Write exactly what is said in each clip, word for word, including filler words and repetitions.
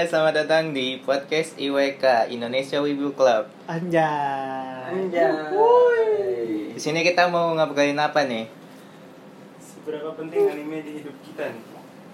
Hai, selamat datang di podcast I W K Indonesia Wibu Club. Anjay. Anjay. Di sini kita mau ngobrolin apa nih? Seberapa penting anime di hidup kita nih?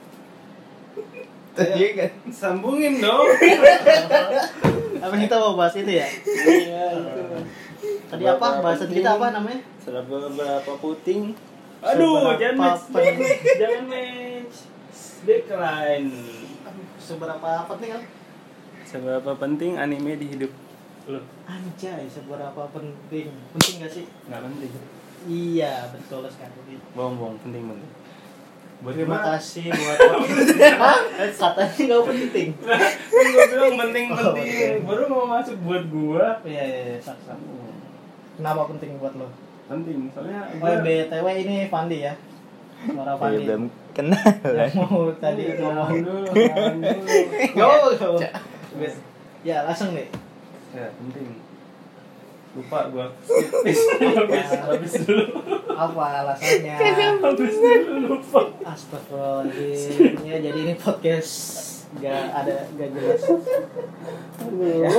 Tadi kan Sambungin dong. Apa kita mau bahas itu ya? Iya, itu. Tadi apa? Bahasan kita apa namanya? Seberapa puting? Aduh, Seberapa jangan match, penting? jangan match. Decline. Seberapa penting kan? Seberapa penting anime di hidup lo? Anjay, seberapa penting? Penting gak sih? Nggak penting. Iya, betul sekali. Bohong-bohong, penting penting. Buat Terima gua- kasih buat Hah? Katanya gak penting. Kan gua bilang penting-penting. Oh, oke. Baru mau masuk buat gua. Iya, iya, iya, sak sak. Kenapa penting buat lo? Penting, soalnya Oh, gua- B T W ini Fandi ya. Suara Fandi. belum kenal. Yang mau tadi Kenalan ngomong dulu, kenalan dulu. Yo, yo. Ya, langsung deh. Ya, penting. Lupa gua. Habis, habis dulu. Apa alasannya? Habis dulu lupa. Astagfirullahaladzim. Ya, jadi ini podcast gak ada gak jelas. Ya.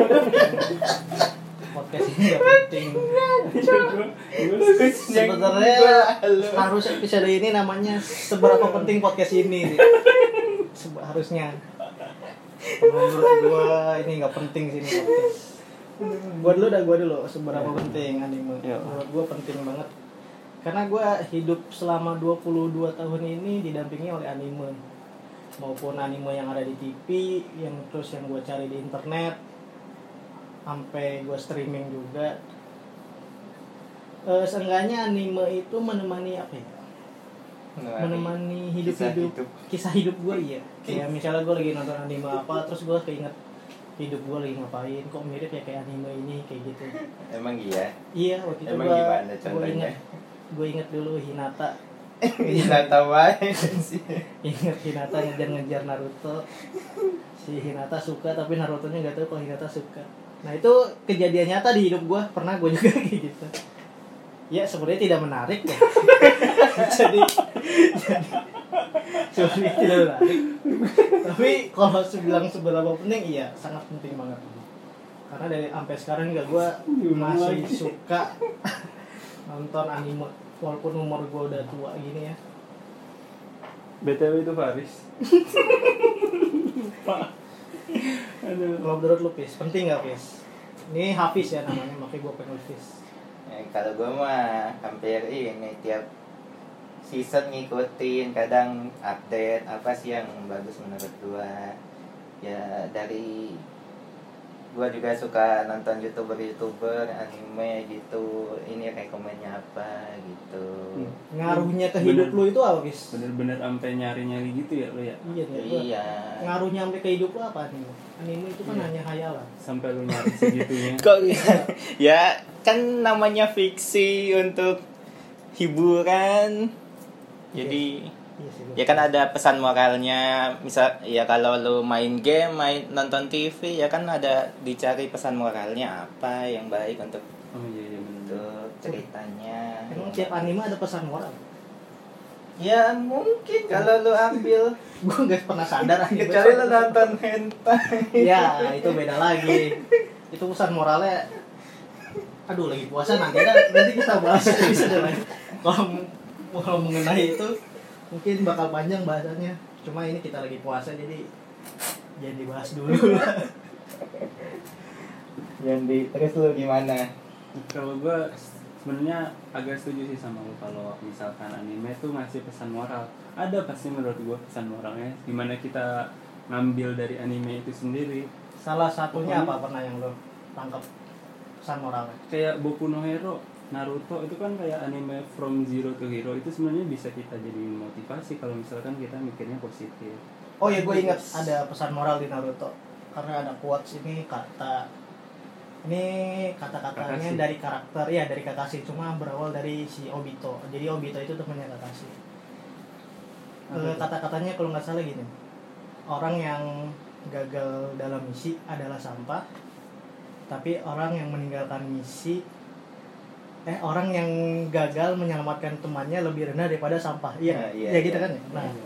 Podcast ini gak penting. Sebenarnya harus episode ini namanya seberapa penting podcast ini. Seba- harusnya. Menurut gua ini gak penting sih ini podcast. Gua dulu dah gua dulu seberapa penting anime. Ya. Menurut gua penting banget. Karena gua hidup selama dua puluh dua tahun ini didampingi oleh anime. Maupun anime yang ada di T V, yang terus yang gua cari di internet, sampai gua streaming juga. Eh, seenggaknya anime itu menemani apa ya? Menemani hidup-hidup Kisah hidup. kisah hidup gue iya. Kayak misalnya gue lagi nonton anime apa, terus gue keinget hidup gue lagi ngapain, kok mirip ya kayak anime ini kayak gitu. Emang iya? Iya, waktu itu Emang gue gimana gue contohnya? inget gue inget dulu Hinata. Gila tahu aja sih. Inget Hinata ngejar-ngejar Naruto. Si Hinata suka tapi Naruto-nya nggak tahu kalau Hinata suka. Nah itu kejadian nyata di hidup gue, pernah gue juga kayak gitu. Ya sebenarnya tidak menarik ya. jadi jadi sebenarnya tidak menarik. Tapi kalau bilang seberapa penting, iya sangat penting banget. Karena dari sampai sekarang juga gue masih suka nonton anime walaupun umur gue udah tua gini ya. B T W itu Faris. Pak. Aduh. Kalau menurut lu Pis, penting nggak Pis? Ini Hafiz ya namanya, makanya gue pengen Pis. Ya, kalau gue mah hampir ini tiap season ngikutin, kadang update apa sih yang bagus menurut gue. Ya dari gue juga suka nonton youtuber-youtuber anime gitu, ini rekomennya apa gitu. Ngaruhnya ke hidup lu itu apa Pis? Bener-bener sampai nyari-nyari gitu ya lo ya. Iya, iya. Iya. Ngaruhnya sampai ke hidup lu apa nih? Anime itu kan Iya. hanya hayalan. Sampai lu nyari segitunya. Kok ya kan namanya fiksi untuk hiburan. Jadi Iya sih. ya kan ada pesan moralnya. Misal ya kalau lu main game, main nonton T V ya kan ada dicari pesan moralnya apa yang baik untuk Oh iya iya bener. untuk ceritanya. Emang tiap anime ada pesan moral. Ya mungkin kalau lu ambil Gue nggak pernah sadar anime. kecuali lu nonton hentai. Ya itu beda lagi. Itu pesan moralnya. Aduh lagi puasa nanti nanti kita bahas episode lain. Kalau kalau mengenai itu mungkin bakal panjang bahasannya. Cuma ini kita lagi puasa jadi jangan dibahas dulu lah. Yang di terus lu gimana? Kalau gue sebenarnya agak setuju sih sama lo kalau misalkan anime tuh ngasih pesan moral. Ada pasti menurut gue pesan moralnya. Gimana kita ngambil dari anime itu sendiri. Salah satunya Pokoknya- apa pernah yang lo tangkap pesan moralnya? Kayak Boku no Hero, Naruto itu kan kayak anime from zero to hero. Itu sebenarnya bisa kita jadiin motivasi kalau misalkan kita mikirnya positif. Oh ya gue ingat ada pesan moral di Naruto karena ada quotes ini kata ini kata-katanya Kakashi. dari karakter ya dari Kakashi cuma berawal dari si Obito. Jadi Obito itu temannya Kakashi. Apa Eh, tuh? kata-katanya kalau nggak salah gini, orang yang gagal dalam misi adalah sampah, tapi orang yang meninggalkan misi eh orang yang gagal menyelamatkan temannya lebih rendah daripada sampah. Iya, Nah, iya, ya gitu iya. kan ya. Nah, Iya.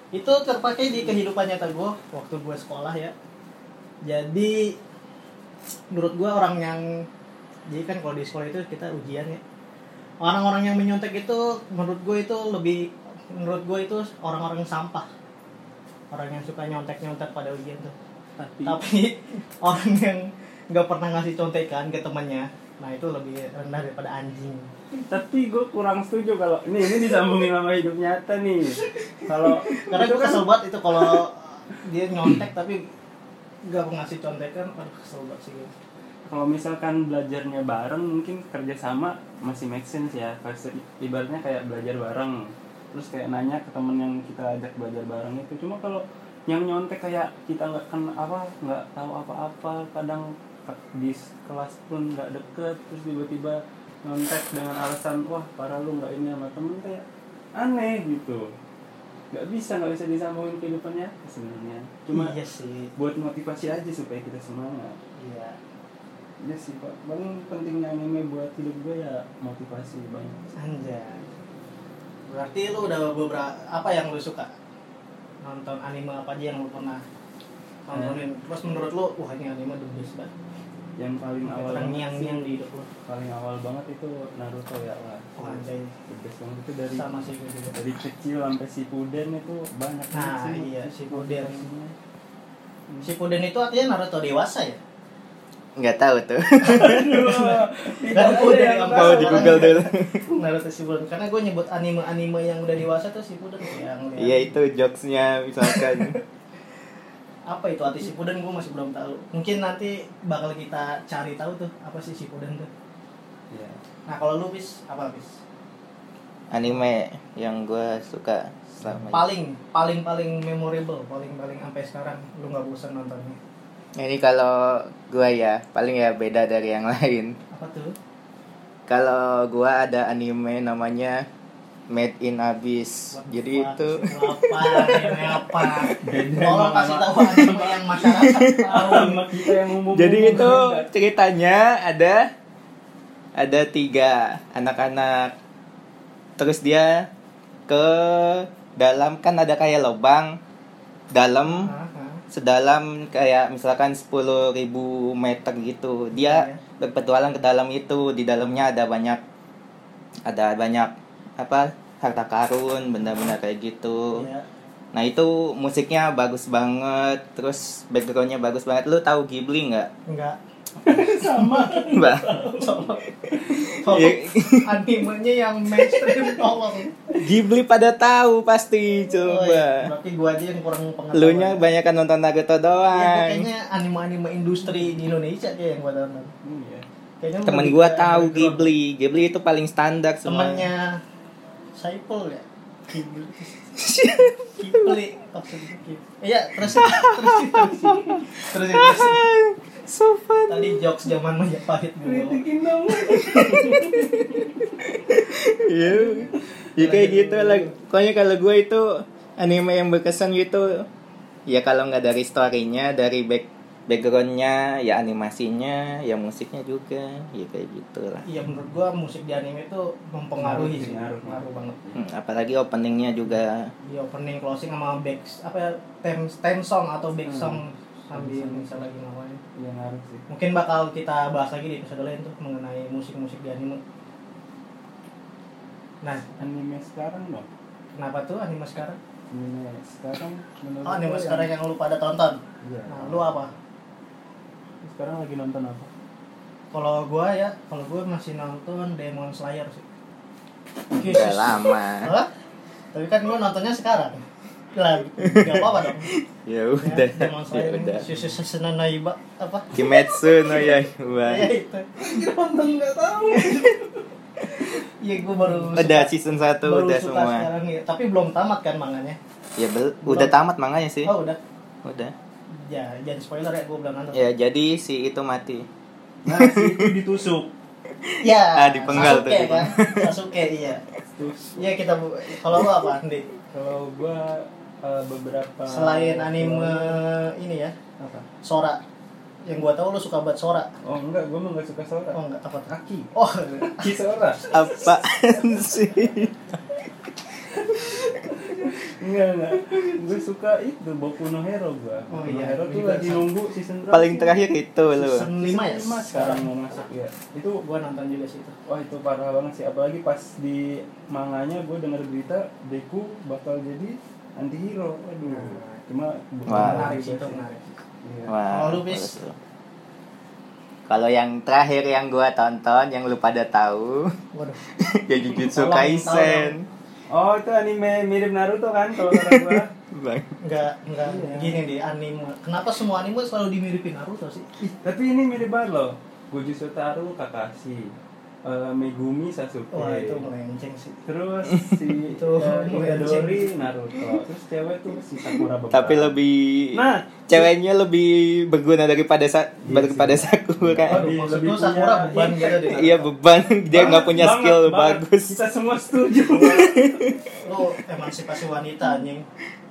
Itu terpakai di kehidupan nyata gue waktu gue sekolah ya. Jadi menurut gue orang yang, jadi kan kalau di sekolah itu kita ujian ya, orang-orang yang menyontek itu menurut gue itu lebih, menurut gue itu orang-orang sampah, orang yang suka nyontek-nyontek pada ujian tuh. Tapi, Tapi orang yang nggak pernah ngasih contekan ke temannya, nah itu lebih rendah daripada anjing. tapi gue kurang setuju kalau ini ini disambungin sama hidup nyata nih. Kalau Karena gue kesel banget itu kalau dia nyontek tapi nggak ngasih contekan, aduh kesel banget sih gue. kalau misalkan belajarnya bareng mungkin kerjasama masih make sense ya. Kayak ibaratnya kayak belajar bareng, terus kayak nanya ke temen yang kita ajak belajar bareng itu. Cuma kalau yang nyontek kayak kita nggak kenal apa, nggak tahu apa-apa, kadang di kelas pun nggak deket, terus tiba-tiba nyontek dengan alasan wah parah lu nggak ini sama temen, kayak aneh gitu. Nggak bisa nggak bisa disambungin kehidupannya sebenarnya. Cuma Iya sih. buat motivasi aja supaya kita semangat. Iya. Iya sih Pak, paling pentingnya anime buat hidup gue ya motivasi banyak. Anjay. Berarti lu udah beberapa apa yang lu suka? Nonton anime apa aja yang lu pernah nontonin? Terus menurut lu, wah ini anime the best banget. Yang paling awal banget sih, Terngiang-ngiang di hidup lu. paling awal banget itu Naruto ya lah. Oh anjay. The best banget itu dari Sama sih gue juga. dari kecil sampai Shippuden itu banyak banget Nah, sih. iya, Shippuden. motivasinya. Shippuden itu artinya Naruto dewasa ya? Nggak tahu tuh. Kan gue dari Mau di Google dulu. Naruto Shippuden, karena gue nyebut anime-anime yang udah dewasa tuh Shippuden yang Iya itu jokesnya misalkan. apa itu arti Shippuden gue masih belum tahu. Mungkin nanti bakal kita cari tahu tuh apa sih Shippuden tuh. Iya. Nah kalau lu bis apa bis? Anime yang gue suka selama ini. Paling paling paling memorable, paling paling sampai sekarang lu nggak bosan nontonnya. Ini kalau gue ya paling ya beda dari yang lain. Apa tuh? Kalau gue ada anime namanya Made in Abyss. Jadi Wah, itu apa anime apa? Beda Tolong emang kasih sama- tahu anime yang masyarakat tahu. sama kita yang umum. Jadi itu ceritanya ada ada tiga anak-anak. Terus dia ke dalam, kan ada kayak lubang dalam Hah, hah. sedalam kayak misalkan sepuluh ribu meter gitu. Dia Iya. berpetualang ke dalam itu. Di dalamnya ada banyak ada banyak apa harta karun, benda-benda kayak gitu. Iya. Nah itu musiknya bagus banget, terus backgroundnya bagus banget. Lu tahu Ghibli nggak? Enggak. sama. Mbak. Tolong. Iya. Tolong animenya yang mainstream tolong. Ghibli pada tahu pasti, Oh, iya. coba. Berarti gua aja yang kurang pengetahuan. Lu nya banyak kan nonton Naruto Ya, doang. kayaknya anime-anime industri di Indonesia kayak yang gua tonton. Iya. Kayaknya Temen lebih gua ke tahu background. Ghibli. Ghibli itu paling standar semua. Temennya Saipul ya. Ghibli. Ghibli maksudnya Ghibli. Iya, terus terus terus. Terus terus. So fun. Tadi jokes zaman Majapahit dulu. Kritikin dong. Iya. Ya kayak gitu lah. Pokoknya kalau gue itu anime yang berkesan gitu. Ya kalau nggak dari story-nya, dari back background-nya, ya animasinya, ya musiknya juga, ya kayak gitulah. Iya, menurut gua musik di anime itu mempengaruhi sih, Ngaruh, ngaruh banget. Hmm, apalagi openingnya juga. Di opening closing sama back apa ya, theme theme song atau back Hmm. song sambil misal lagi ngapain. Iya ngaruh sih. Mungkin bakal kita bahas lagi di episode lain tuh mengenai musik-musik di anime. Nah, Anime sekarang dong. kenapa tuh anime sekarang? Anime sekarang menurut Oh, anime gua sekarang yang- yang lu pada tonton. Iya. Nah, lu apa? Sekarang lagi nonton apa? Kalau gua ya, kalau gua masih nonton Demon Slayer sih. Udah lama. Hah? Tapi kan gua nontonnya sekarang. Lah, enggak apa-apa dong. Ya Ya, udah. Demon Ya Slayer udah. Susu Sasana Naiba apa? Kimetsu no Yaiba. Ya itu. Nonton nggak tahu. Iya, gua baru Udah suka- season satu baru udah suka semua. sekarang ya. Tapi belum tamat kan manganya. Ya bel- udah tamat manganya sih. Oh, udah. Udah. Ya, jangan spoiler ya, gua belum nonton. Ya jadi si itu mati. Nah, si itu ditusuk. Ya, Ah, dipenggal tuh, Sasuke kan. dipenggal. Sasuke iya. Tusuk. Iya, kita bu- kalau lu apa, Andi? Kalau gua eh, beberapa Selain anime ini ya, apa? Sora. Yang gua tahu lu suka banget Sora. Oh enggak, gua mah enggak suka Sora. Oh, enggak apa tuh? Kaki. Oh, Kaki Sora. Apaan sih? Enggak, enggak. Gue suka itu Boku no Hero gue. Oh, Boku no iya. Hero tuh Juga lagi sama. nunggu season berapa? Paling sih? terakhir itu lu. Season lima ya Season lima sekarang mau masuk ya. Itu Gua nonton juga sih itu. wah itu parah banget sih, apalagi pas di manganya gue dengar berita Deku bakal jadi antihero. Aduh. Cuma Wah. Menarik sih itu, menarik. Iya. Wah, Kalau lu, Bis? bagus lu. Kalau yang terakhir yang gua tonton yang lu pada tahu Waduh. ya Jujutsu Tolong, Kaisen. Oh, itu anime mirip Naruto kan kalau kata gue. Bang. Enggak, enggak Iya. gini di anime. Kenapa semua anime selalu dimiripin Naruto sih? Ih, tapi ini mirip banget loh. Gojutsu Taro Kakashi, eh, Megumi Sasuke. Wah, itu melenceng sih. Terus si Itu eh, melenceng. Itadori Naruto. Terus cewek tuh si Sakura Bebas. Tapi lebih Nah, ceweknya lebih berguna daripada sa- Iya daripada sih. Sakura. Aduh, Lebih- maksud lebih lu Sakura punya beban impact. gitu di Naruto. Iya beban, dia nggak punya Banget, skill banget. bagus. Kita semua setuju. Lu emansipasi wanita anjing.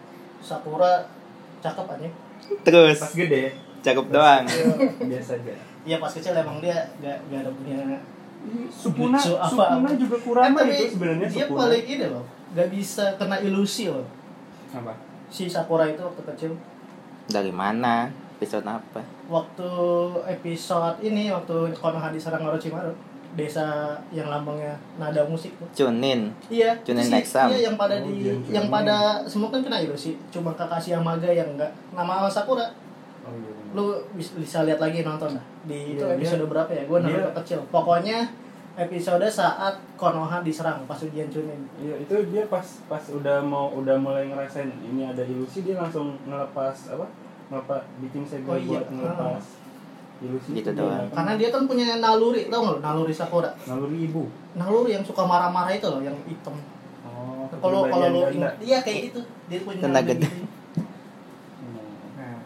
Sakura cakep anjing. Terus Pas gede cakep doang. biasa aja. Iya pas kecil emang dia gak, gak ada punya Sukuna, jutsu apa, Sukuna apa. juga kurang Eh, tapi itu sebenarnya dia Sukuna. paling ini loh, gak bisa kena ilusi loh. Apa? Si Sakura itu waktu kecil, Dari mana? Episode apa? waktu episode ini waktu Konoha diserang Orochimaru, desa yang lambangnya nada musik tuh. Cunin. Iya, Chunin si- Exam. Iya yang pada Oh, di dia yang Chunin. pada semua kan kena ilusi, cuma Kakashi Yamaga yang enggak. Nama Sakura Oh iya. bener. lu bisa, bisa lihat lagi nonton dah di itu Iya, episode dia- berapa ya gue nonton dia- kecil pokoknya episode saat Konoha diserang pas ujian Chunin. Iya itu dia pas pas udah mau udah mulai ngerasain ini ada ilusi, dia langsung ngelepas apa ngelepas bikin segel Oh, iya. buat ngelepas ilusi Gitu itu doang. dia. Karena dia kan punya naluri, tau nggak lu? Naluri Sakura, naluri ibu. naluri yang suka marah-marah itu loh yang hitam. Oh Kalau kalau lu kepribadian ingat ganda. iya kayak gitu dia punya Tenaga naluri ganda. gitu. Hmm. Nah,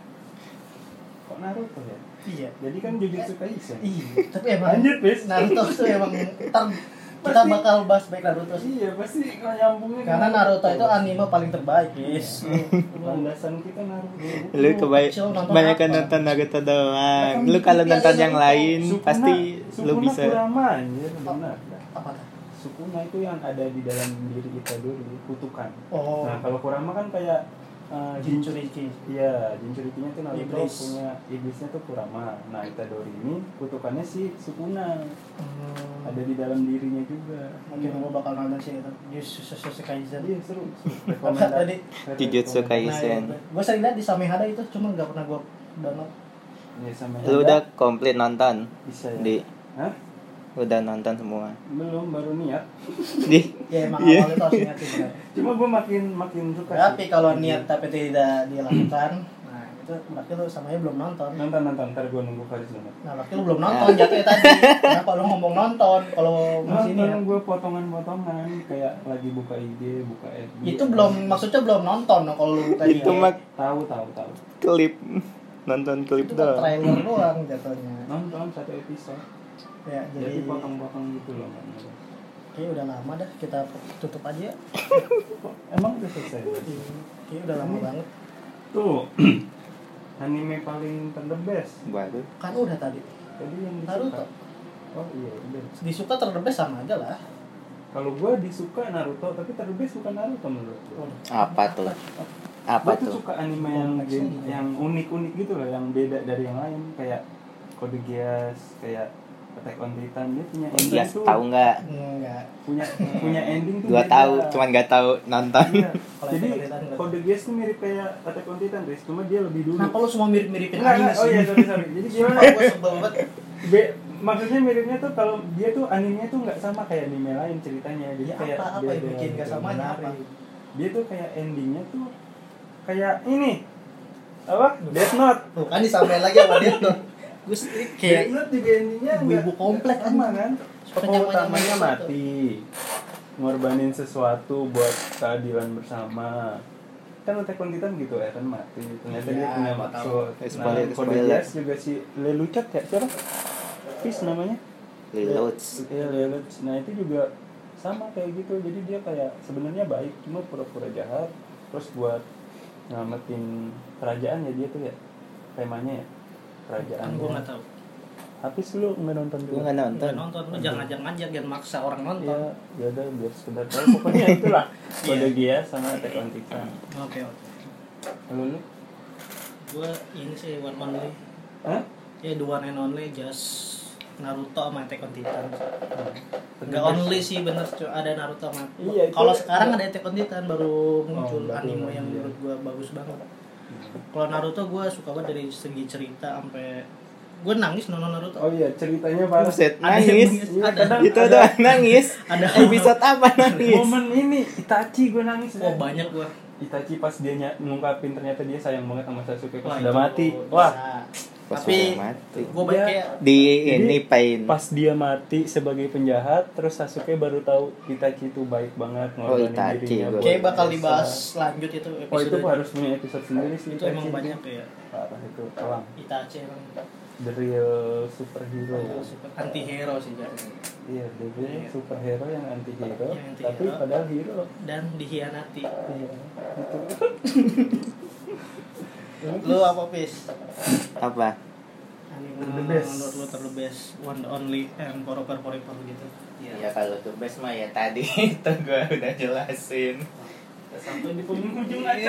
Kok Naruto ya? iya Jadi kan Jujutsu Kaisen. iya tapi emang Lanjut bis. Naruto tuh emang ntar kita Pasti- bakal bahas baik Naruto sih. Iya pasti nyambungnya. Karena Naruto itu anime paling terbaik, guys. Landasan kita Naruto. Lu kebaik kecil nonton banyak apa? nonton Naruto doang. Kan Lu kalau bikin nonton biasa yang Naruto. lain Sukuna- pasti lu Sukuna bisa. Kurama anjir, benar. Apa tuh? Sukuna itu yang ada di dalam diri Itadori, kutukan. Oh, Nah, kalau Kurama kan kayak uh, Jinchuriki. Iya, Jinchurikinya tuh Naruto Iblis. punya iblisnya tuh Kurama. Nah, Itadori ini kutukannya si Sukuna. Hmm. Ada di dalam dirinya juga. Mungkin gua bakal nonton sih itu. Jujutsu Kaisen. Iya, seru. Apa tadi? Jujutsu Kaisen. Nah, gue sering lihat di Samehada itu, cuma nggak pernah gue download. Iya, sama Lu Hada udah komplit nonton bisa ya. di Hah? udah nonton semua. Belum, baru niat. Di Ya emang Iya. awalnya tuh harus niat sih benar. Cuma gue makin makin suka. Tapi sih. kalau niat tapi tidak dilakukan, nah itu berarti lu samanya belum nonton. nonton nonton ntar gue nunggu Faris nonton. Nah berarti lu belum nonton jatuhnya tadi. Kenapa lu ngomong nonton? Kalau masih ini ya. Nonton gue potongan-potongan kayak lagi buka I G, buka F B. Itu belum maksudnya belum nonton no, kalau lu tadi. itu mah tahu tahu tahu. klip nonton klip itu kan doang. trailer doang jatuhnya. Nonton satu episode. Ya, Jadi jadi potong-potong gitu loh. Mbak. kayak udah lama dah kita tutup aja. ya. Emang udah selesai. Kayak udah lama Ini- banget. Tuh. Anime paling ter the best. Baru Kan udah tadi. Tadi yang disuka. Naruto. Oh iya, udah. Disuka terbebas sama aja lah. Kalau gua disuka Naruto, tapi ter the best bukan Naruto menurut gua. apa tuh? Apa Gua tuh tuh? suka anime yang Kompleks gen- aja. yang unik-unik gitu loh, yang beda dari yang lain kayak Code Geass, kayak Attack on Titan, dia punya ending Iya, tuh tahu nggak? Enggak. punya punya ending tuh Gua beda. tahu, cuman nggak tahu nonton. Iya. Kalau Jadi Attack on Titan nggak Code Geass tuh mirip kayak Attack on Titan, Riz, cuma dia lebih dulu. Kenapa lu semua mirip-miripin Enggak, anime enggak. Oh sih? iya, sorry, sorry. Jadi gimana? Gue sebel banget. Be- maksudnya miripnya tuh kalau dia tuh animenya tuh nggak sama kayak anime lain ceritanya. Jadi Ya, kayak apa- apa yang beda bikin nggak gitu, samanya menarik. apa? Dia tuh kayak endingnya tuh kayak ini apa? Death Note. Tuh kan disamain lagi sama dia tuh. Gue Death kayak Note juga endingnya ibu-ibu nggak- komplek nggak sama anjing. kan? Seperti Tokoh nyamanya utamanya manusia mati, ngorbanin sesuatu buat keadilan bersama. Kan Attack on Titan gitu ya kan mati. Ternyata Iya, dia punya gua maksud. tahu. Nah, Spoiler, Code spoiler. Geass juga si Lelouch ya siapa? Fish namanya. Lelouch. Iya Lelouch. Nah itu juga sama kayak gitu. Jadi dia kayak sebenarnya baik, cuma pura-pura jahat. Terus buat nyelamatin kerajaan ya dia tuh ya temanya ya kerajaan. gue nggak tahu. Habis lu nggak nonton Gue juga? nggak nonton. Nggak nonton, lu jangan ngajak-ngajak, jangan maksa orang nonton. Ya, ya udah biar sekedar tahu. Pokoknya itulah Kode Geass sama Attack on Titan. Oke oke. Lu lu? Gue ini sih one only. Hah? Ya the one and only just Naruto sama Attack on Titan. Enggak only sih bener, cu- ada Naruto sama. Iya, itu- Kalau sekarang ada Attack on Titan baru muncul baru, anime yang iya. menurut gua bagus banget. Kalau Naruto gua suka banget dari segi cerita sampai gua nangis nonton Naruto. Oh iya, ceritanya parah. Buset, Ada yang nangis. nangis, ada. Itu doang nangis. Ada. Episode apa nangis? Momen ini Itachi gue nangis. Oh banyak gua. Itachi pas dia ny- ngungkapin ternyata dia sayang banget sama Sasuke Wah, pas udah itu mati. bisa. Wah, Pas Tapi udah mati. gua baik Dia- kayak Di Jadi, ini pain. pas dia mati sebagai penjahat, terus Sasuke baru tahu Itachi itu baik banget ngorbanin Itachi, dirinya gua- buat kayak bakal desa. dibahas lanjut itu Oh itu episode. harus punya episode sendiri sih. itu Itachi. emang banyak ya. Parah itu, kelam. Itachi emang The real superhero. anti hero sih jadi. Iya, the real Iya. superhero yang anti hero, Yang anti tapi hero. padahal hero. Dan dikhianati. Iya, gitu. Lu apa pis? Apa? Anime The best. menurut lu ter the best, one the only, and forever forever gitu. Ya kalau tuh best mah ya tadi itu gue udah jelasin. Sampai di penghujung aja.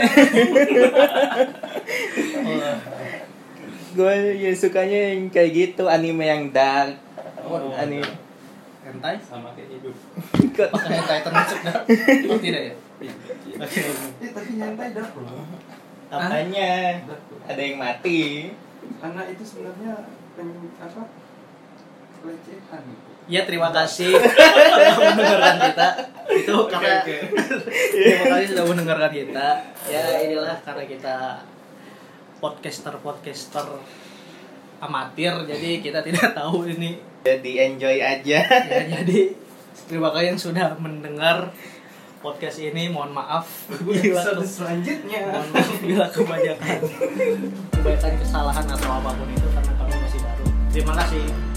Oh, Gue ya sukanya yang kayak gitu, anime yang dark. Oh, anime. hentai? Sama kayak hidup. Apakah hentai termasuk dah? Oh tidak ya? Oke. Eh, tapi nyantai dah loh. Apanya? Ada yang mati. Karena itu sebenarnya pen, apa? Pelecehan gitu. Ya terima kasih sudah mendengarkan kita. Itu karena terima kasih sudah mendengarkan kita. Ya inilah karena kita podcaster-podcaster amatir, jadi kita tidak tahu ini. Jadi enjoy aja. Ya, jadi terima kasih yang sudah mendengar podcast ini. Mohon maaf bila Episode ke- selanjutnya. mohon maaf bila kebanyakan kebanyakan kesalahan atau apapun itu karena kami masih baru. Terima kasih.